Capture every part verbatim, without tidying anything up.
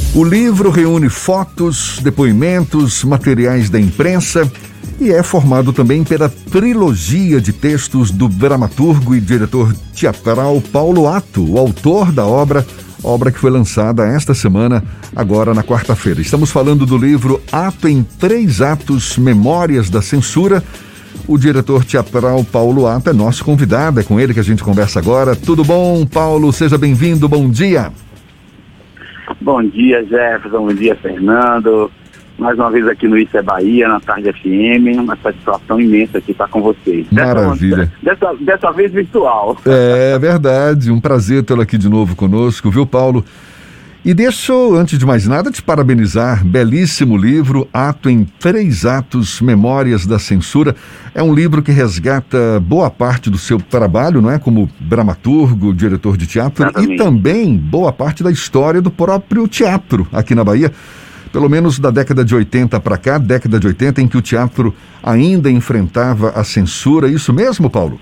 O livro reúne fotos, depoimentos, materiais da imprensa e é formado também pela trilogia de textos do dramaturgo e diretor teatral Paulo Atto, o autor da obra, obra que foi lançada esta semana, agora na quarta-feira. Estamos falando do livro Atto em Três Atos, Memórias da Censura. O diretor teatral Paulo Atto é nosso convidado, é com ele que a gente conversa agora. Tudo bom, Paulo? Seja bem-vindo, bom dia. Bom dia, Jefferson, bom dia, Fernando. Mais uma vez aqui no Isso é Bahia, na Tarde F M, uma satisfação imensa aqui estar com vocês. Maravilha. Dessa, dessa, dessa vez virtual. É verdade, um prazer tê-lo aqui de novo conosco, viu, Paulo? E deixa eu, antes de mais nada, te parabenizar. Belíssimo livro, Atto em Três Atos, Memórias da Censura. É um livro que resgata boa parte do seu trabalho, não é? Como dramaturgo, diretor de teatro. Exatamente. E também boa parte da história do próprio teatro aqui na Bahia. Pelo menos da década de oitenta para cá, década de oitenta, em que o teatro ainda enfrentava a censura. Isso mesmo, Paulo?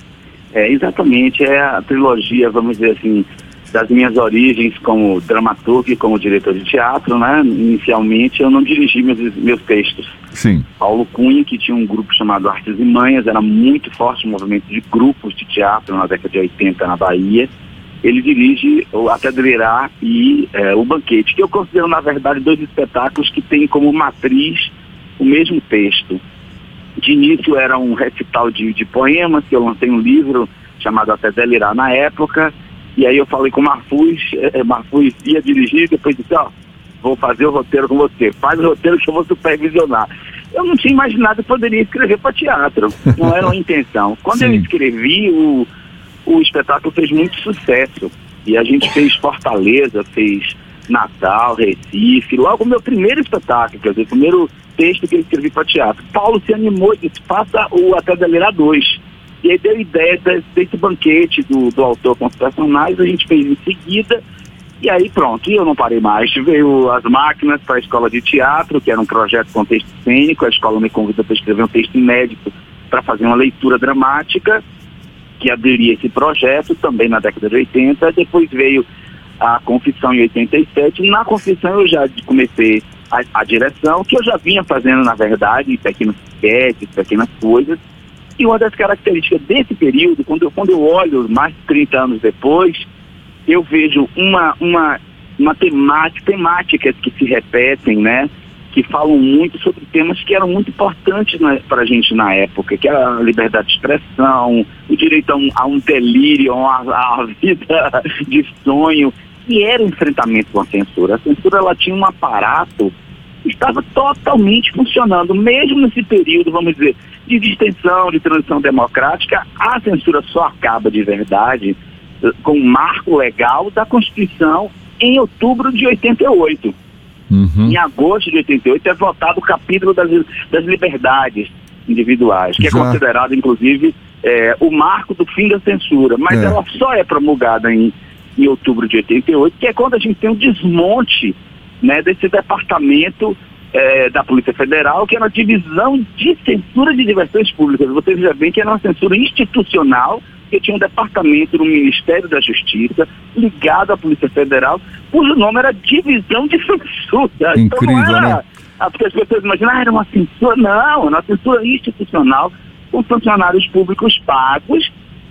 É, exatamente. É a trilogia, vamos dizer assim, das minhas origens como dramaturgo e como diretor de teatro, né? Inicialmente eu não dirigi meus, meus textos. Sim. Paulo Cunha, que tinha um grupo chamado Artes e Manhas, era muito forte o movimento de grupos de teatro na década de oitenta na Bahia. Ele dirige o Até Delirar e é, o Banquete, que eu considero, na verdade, dois espetáculos que têm como matriz o mesmo texto. De início era um recital de, de poemas, que eu lancei um livro chamado Até Delirar na época. E aí eu falei com o Marfuz, é, Marfuz ia dirigir, depois disse, ó, vou fazer o roteiro com você, faz o roteiro que eu vou supervisionar. Eu não tinha imaginado que poderia escrever para teatro, não era uma intenção. Quando Sim. eu escrevi, o, o espetáculo fez muito sucesso, e a gente fez Fortaleza, fez Natal, Recife, logo o meu primeiro espetáculo, quer dizer, o primeiro texto que eu escrevi para teatro. Paulo se animou e disse, faça o Até Delirar dois. E aí deu ideia desse, desse banquete do, do autor com os personagens, a gente fez em seguida, e aí pronto, e eu não parei mais. Veio As Máquinas para a Escola de Teatro, que era um projeto com texto cênico, a escola me convidou para escrever um texto inédito para fazer uma leitura dramática, que aderia a esse projeto também na década de oitenta. Depois veio a Confissão em oitenta e sete, na Confissão eu já comecei a, a direção, que eu já vinha fazendo, na verdade, pequenos sketches, pequenas coisas. E uma das características desse período, quando eu, quando eu olho mais de trinta anos depois, eu vejo uma, uma, uma temática, temáticas que se repetem, né? Que falam muito sobre temas que eram muito importantes para a gente na época, que era a liberdade de expressão, o direito a um, a um delírio, a, a vida de sonho, que era o enfrentamento com a censura. A censura, ela tinha um aparato que estava totalmente funcionando, mesmo nesse período, vamos dizer, de distensão, de transição democrática. A censura só acaba de verdade com o marco legal da Constituição em outubro de oitenta e oito. Uhum. Em agosto de oitenta e oito é votado o capítulo das, das liberdades individuais, que Já. é considerado, inclusive, é, o marco do fim da censura. Mas é. ela só é promulgada em, em outubro de oitenta e oito, que é quando a gente tem um desmonte, né, desse departamento é, da Polícia Federal, que era uma divisão de censura de diversões públicas. Você veja bem que era uma censura institucional, que tinha um departamento no Ministério da Justiça ligado à Polícia Federal, cujo nome era Divisão de Censura. Incrível, então não era, né? Porque as pessoas imaginam, ah, era uma censura. Não, era uma censura institucional com funcionários públicos pagos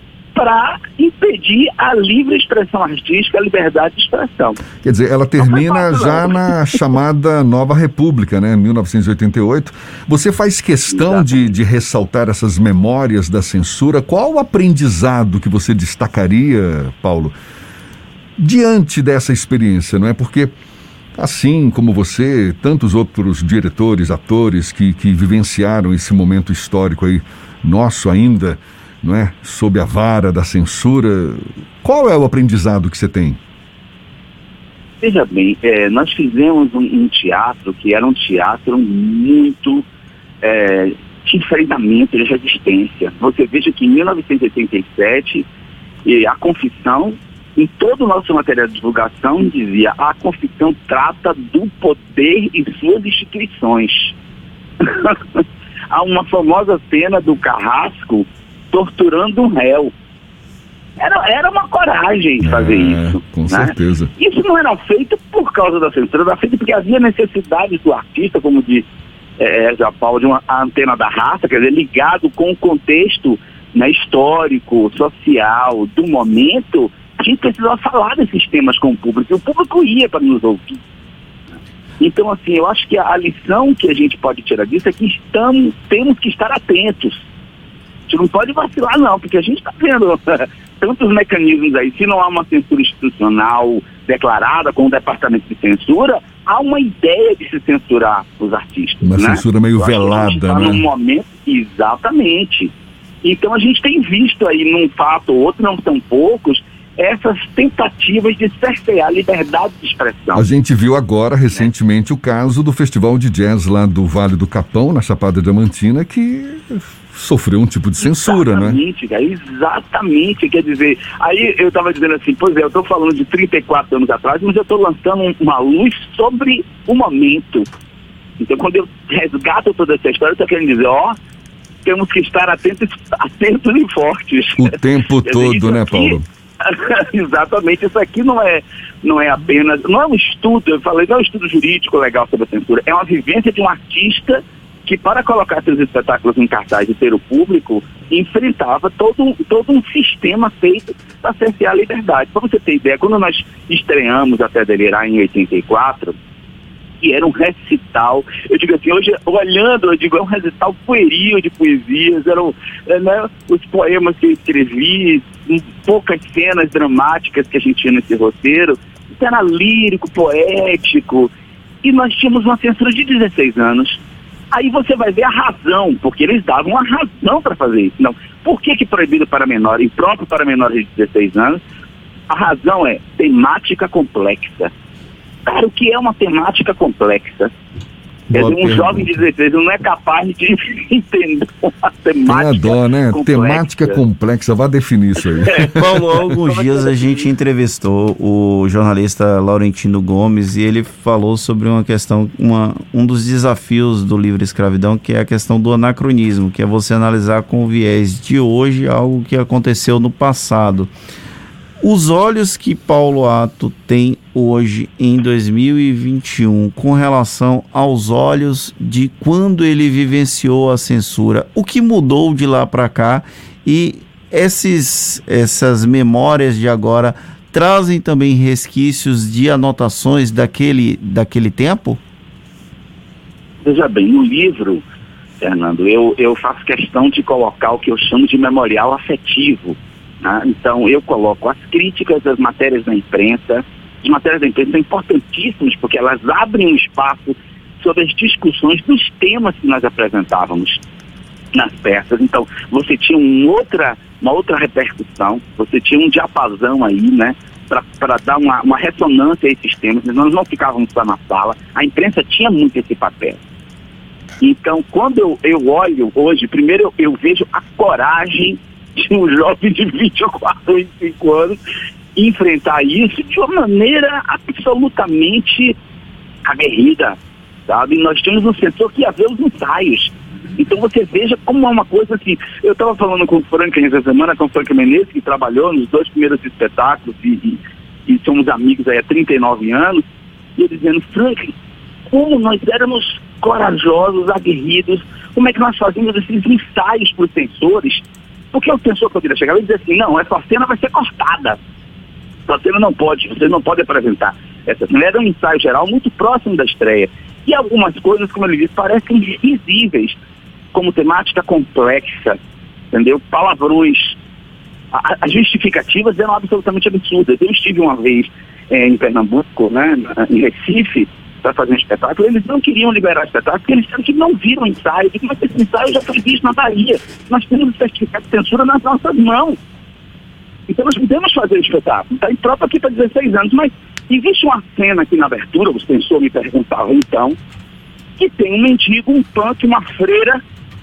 para impedir a livre expressão artística, a liberdade de expressão. Quer dizer, ela termina fácil, já na chamada Nova República, né, mil novecentos e oitenta e oito. Você faz questão de, de ressaltar essas memórias da censura. Qual o aprendizado que você destacaria, Paulo, diante dessa experiência, não é? Porque, assim como você, tantos outros diretores, atores que, que vivenciaram esse momento histórico aí, nosso ainda, não é? Sob a vara da censura, qual é o aprendizado que você tem? Veja bem, é, nós fizemos um, um teatro que era um teatro muito é, de enfrentamento, de resistência. Você veja que em mil novecentos e oitenta e sete, a Confissão, em todo o nosso material de divulgação, dizia: a Confissão trata do poder e suas instituições. Há uma famosa cena do Carrasco torturando um réu. Era, era uma coragem fazer é, isso. Com né? certeza. Isso não era feito por causa da censura, era feito porque havia necessidade do artista, como diz é, João Paulo, de uma antena da raça, quer dizer, ligado com o contexto, né, histórico, social, do momento, a gente precisava falar desses temas com o público, e o público ia para nos ouvir. Então, assim, eu acho que a, a lição que a gente pode tirar disso é que estamos, temos que estar atentos. A gente não pode vacilar, não, porque a gente está vendo tantos mecanismos aí. Se não há uma censura institucional declarada com o departamento de censura, há uma ideia de se censurar os artistas. Uma né? censura meio Eu acho que a gente velada, tá né? num momento, exatamente. Então a gente tem visto aí, num fato ou outro, não são poucos, essas tentativas de cercear a liberdade de expressão. A gente viu agora, recentemente, é. o caso do Festival de Jazz lá do Vale do Capão, na Chapada Diamantina, que sofreu um tipo de censura, exatamente, né? Cara, exatamente, quer dizer, aí eu estava dizendo assim, pois é, eu estou falando de trinta e quatro anos atrás, mas eu estou lançando uma luz sobre o momento. Então, quando eu resgato toda essa história, eu estou querendo dizer, ó, temos que estar atentos, atentos e fortes. O tempo todo, né, Paulo? Exatamente, isso aqui não é, não é apenas, não é um estudo, eu falei, não é um estudo jurídico legal sobre a censura, é uma vivência de um artista que, para colocar seus espetáculos em cartaz e ter o público, enfrentava todo, todo um sistema feito para cercear a liberdade. Para você ter ideia, quando nós estreamos Até Delirar em oitenta e quatro, que era um recital, eu digo assim, hoje olhando, eu digo, é um recital pueril de poesias, eram né, os poemas que eu escrevi, poucas cenas dramáticas que a gente tinha nesse roteiro, isso era lírico, poético, e nós tínhamos uma censura de dezesseis anos. Aí você vai ver a razão, porque eles davam uma razão para fazer isso. Não, por que que proibido para menores, e próprio para menores de dezesseis anos? A razão é temática complexa. Cara, o que é uma temática complexa? Quer dizer, um pergunta. Jovem de dezesseis não é capaz de entender uma temática Tem a dó, né? complexa. Temática complexa, vá definir isso aí. É. Paulo, há alguns dias a gente entrevistou o jornalista Laurentino Gomes e ele falou sobre uma questão, uma, um dos desafios do livro Escravidão, que é a questão do anacronismo, que é você analisar com o viés de hoje algo que aconteceu no passado. Os olhos que Paulo Atto tem hoje, em dois mil e vinte e um, com relação aos olhos de quando ele vivenciou a censura, o que mudou de lá para cá, e esses, essas memórias de agora trazem também resquícios de anotações daquele, daquele tempo? Veja bem, no livro, Fernando, eu, eu faço questão de colocar o que eu chamo de memorial afetivo. Né? Então, eu coloco as críticas das matérias da imprensa. As matérias da imprensa são importantíssimas porque elas abrem um espaço sobre as discussões dos temas que nós apresentávamos nas peças. Então, você tinha um outra, uma outra repercussão, você tinha um diapasão aí, né, para dar uma, uma ressonância a esses temas. Nós não ficávamos só na sala, a imprensa tinha muito esse papel. Então, quando eu, eu olho hoje, primeiro eu, eu vejo a coragem de um jovem de vinte e quatro, vinte e cinco anos enfrentar isso de uma maneira absolutamente aguerrida, sabe? Nós tínhamos um setor que ia ver os ensaios. Então você veja como é uma coisa assim. Eu estava falando com o Franklin essa semana, com o Franklin Menezes, que trabalhou nos dois primeiros espetáculos e, e, e somos amigos aí há trinta e nove anos, e ele dizendo, Franklin, como nós éramos corajosos, aguerridos, como é que nós fazíamos esses ensaios para os censores. Porque o censor poderia chegar e dizer assim, não, essa cena vai ser cortada. Essa cena não pode, vocês não podem apresentar. Essa cena era um ensaio geral muito próximo da estreia. E algumas coisas, como ele disse, parecem visíveis, como temática complexa, entendeu? Palavrões. A, as justificativas eram absolutamente absurdas. Eu estive uma vez é, em Pernambuco, né, em Recife, para fazer um espetáculo, eles não queriam liberar o espetáculo, porque eles disseram que não viram o ensaio, que mas esse ensaio já foi visto na Bahia. Nós temos o certificado de censura nas nossas mãos. Então nós podemos fazer o espetáculo. Está em próprio aqui para dezesseis anos, mas existe uma cena aqui na abertura, o censor me perguntava então, que tem um mendigo, um punk, uma freira,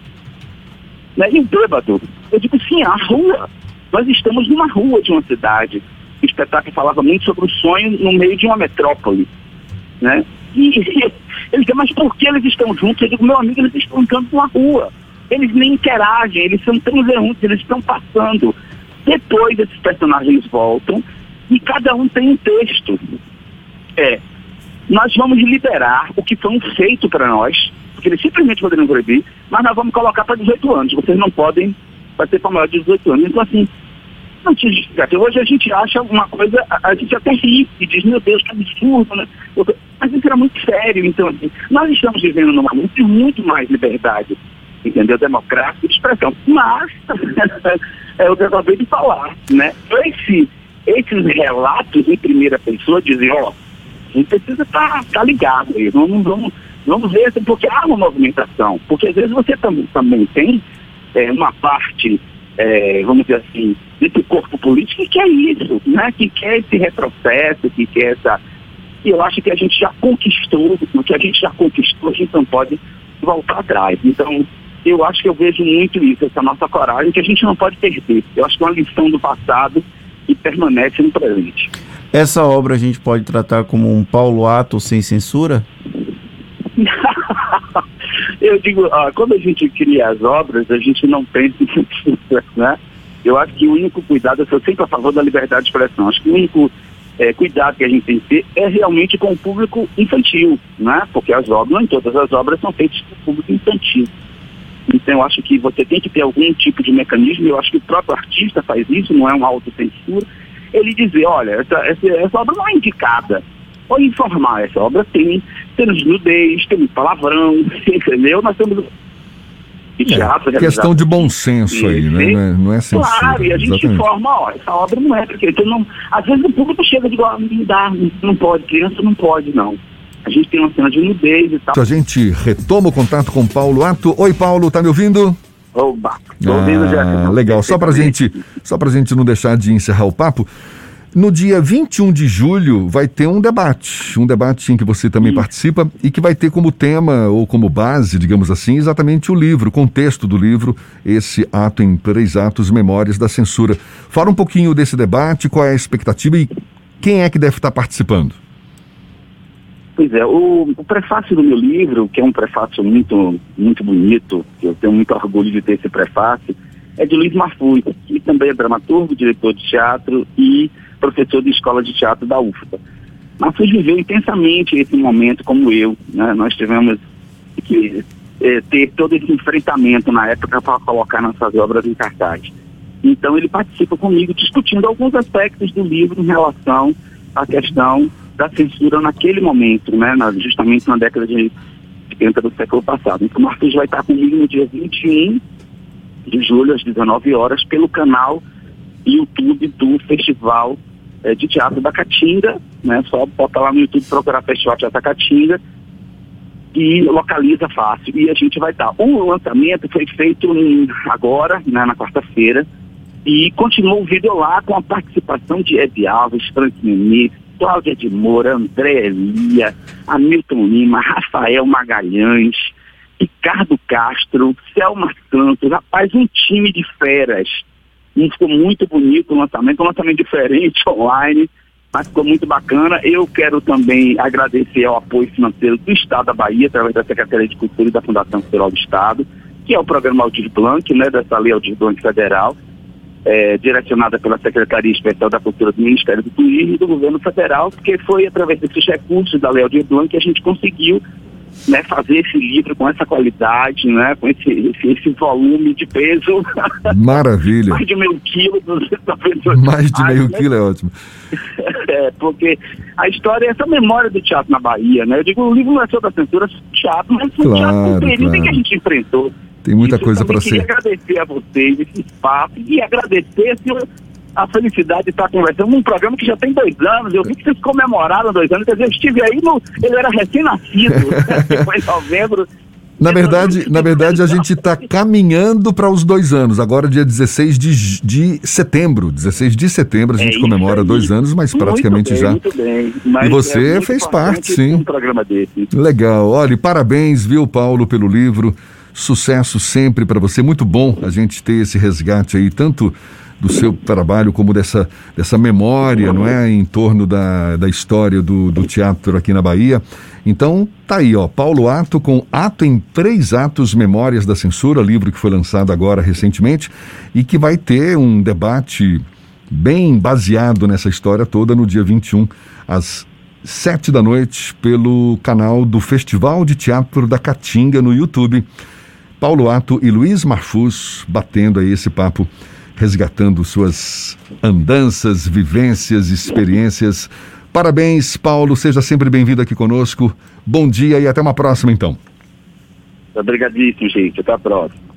né, e um bêbado. Eu digo, sim, a rua. Nós estamos numa rua de uma cidade. O espetáculo falava muito sobre o sonho no meio de uma metrópole, né? E ele diz, mas por que eles estão juntos? Eu digo, meu amigo, eles estão andando numa rua. Eles nem interagem, eles são transeuntes, eles estão passando. Depois esses personagens voltam e cada um tem um texto. É, nós vamos liberar o que foi um feito para nós, porque eles simplesmente poderiam proibir, mas nós vamos colocar para dezoito anos. Vocês não podem, vai ser para maior de dezoito anos. Então, assim, não tinha justificativa. Hoje a gente acha uma coisa, a, a gente até ri e diz, meu Deus, que absurdo, né? Mas isso era muito sério. Então, assim, nós estamos vivendo num momento de muito mais liberdade, entendeu? Democrática de expressão. Mas, é o que eu acabei de falar, né? Esse, esses relatos em primeira pessoa dizem, ó, oh, a gente precisa estar tá, tá ligado aí, vamos, vamos, vamos ver, porque há uma movimentação. Porque às vezes você também, também tem é, uma parte, é, vamos dizer assim, desse corpo político que quer isso, né? Que quer esse retrocesso, que quer essa... E eu acho que a gente já conquistou, o que a gente já conquistou, a gente não pode voltar atrás. Então, eu acho que eu vejo muito isso, essa nossa coragem, que a gente não pode perder. Eu acho que é uma lição do passado que permanece no presente. Essa obra a gente pode tratar como um Paulo Ato sem censura? Eu digo, ó, quando a gente cria as obras, a gente não pensa em censura, né? Eu acho que o único cuidado, eu sou sempre a favor da liberdade de expressão, acho que o único é, cuidado que a gente tem que ter é realmente com o público infantil, né? Porque as obras, nem todas as obras são feitas com o público infantil. Então eu acho que você tem que ter algum tipo de mecanismo, eu acho que o próprio artista faz isso, não é uma autocensura, ele dizer, olha, essa, essa, essa obra não é indicada, ou informar, essa obra tem cenas de nudez, tem palavrão, entendeu? Nós temos... É, teatro, questão de bom senso aí, né? Não é, não é censura. Claro, e a gente exatamente. Informa, ó, essa obra não é, porque então não, às vezes o público chega e diz, ó, não dá, não pode, criança não pode, não. A gente tem uma cena de nudez e tal. A gente retoma o contato com Paulo Ato. Oi, Paulo, tá me ouvindo? Oba, tô ouvindo, ah, legal, só pra gente, só pra gente não deixar de encerrar o papo, no dia vinte e um de julho vai ter um debate, um debate em que você também Sim. participa e que vai ter como tema ou como base, digamos assim, exatamente o livro, o contexto do livro, esse ato em três atos, Memórias da Censura. Fala um pouquinho desse debate, qual é a expectativa e quem é que deve estar participando? Pois é, o, o prefácio do meu livro, que é um prefácio muito, muito bonito, que eu tenho muito orgulho de ter esse prefácio, é de Luiz Marfuz, que também é dramaturgo, diretor de teatro e professor de escola de teatro da U F B A. Marfuz viveu intensamente esse momento como eu, né? Nós tivemos que é, ter todo esse enfrentamento na época para colocar nossas obras em cartaz. Então ele participa comigo discutindo alguns aspectos do livro em relação à questão da censura naquele momento, né, na, justamente na década de oitenta do século passado. Então o Marfuz vai estar comigo no dia vinte e um de julho, às dezenove horas, pelo canal YouTube do Festival eh, de Teatro da Caatinga, né, só botar lá no YouTube, procurar Festival de Teatro da Caatinga e localiza fácil. E a gente vai estar. O lançamento foi feito em, agora, né, na quarta-feira, e continuou o vídeo lá com a participação de Hebe Alves, Frank Menezes, Cláudia de Moura, André Elia, Hamilton Lima, Rafael Magalhães, Ricardo Castro, Selma Santos, rapaz, um time de feras. E ficou muito bonito o lançamento, um lançamento diferente online, mas ficou muito bacana. Eu quero também agradecer ao apoio financeiro do Estado da Bahia, através da Secretaria de Cultura e da Fundação Federal do Estado, que é o programa Aldir Blanc, né, dessa lei Aldir Blanc Federal, É, direcionada pela Secretaria Especial da Cultura do Ministério do Turismo e do Governo Federal, porque foi através desses recursos da Lei Aldir Blanc que a gente conseguiu, né, fazer esse livro com essa qualidade, né, com esse, esse, esse volume de peso. Maravilha. Mais de meio quilo. Mais de meio né? quilo é ótimo. É, porque a história é essa memória do teatro na Bahia, né? Eu digo, o livro não é sobre a censura, é sobre o teatro, mas foi o claro, teatro no período claro. em que a gente enfrentou. Tem muita Isso coisa para ser. Eu queria agradecer a vocês esse espaço e agradecer assim, a felicidade de estar conversando num programa que já tem dois anos. Eu vi que vocês comemoraram dois anos. Quer dizer, eu estive aí, no, ele era recém-nascido, foi em novembro. Na verdade, na verdade, a gente está caminhando para os dois anos. Agora, dia dezesseis de, de setembro. dezesseis de setembro, a gente é comemora aí. dois anos, mas praticamente muito bem, já. Muito bem. Mas e você é fez parte, sim. Um programa desse. Legal. Olha, parabéns, viu, Paulo, pelo livro. Sucesso sempre para você. Muito bom a gente ter esse resgate aí, tanto do seu trabalho, como dessa, dessa memória, não é, em torno da, da história do, do teatro aqui na Bahia. Então, tá aí, ó, Paulo Atto com Atto em Três Atos, Memórias da Censura, livro que foi lançado agora recentemente e que vai ter um debate bem baseado nessa história toda no dia vinte e um, às sete da noite, pelo canal do Festival de Teatro da Caatinga no YouTube. Paulo Atto e Luiz Marfus batendo aí esse papo, resgatando suas andanças, vivências, experiências. Parabéns, Paulo, seja sempre bem-vindo aqui conosco. Bom dia e até uma próxima, então. Obrigadíssimo, gente. Até a próxima.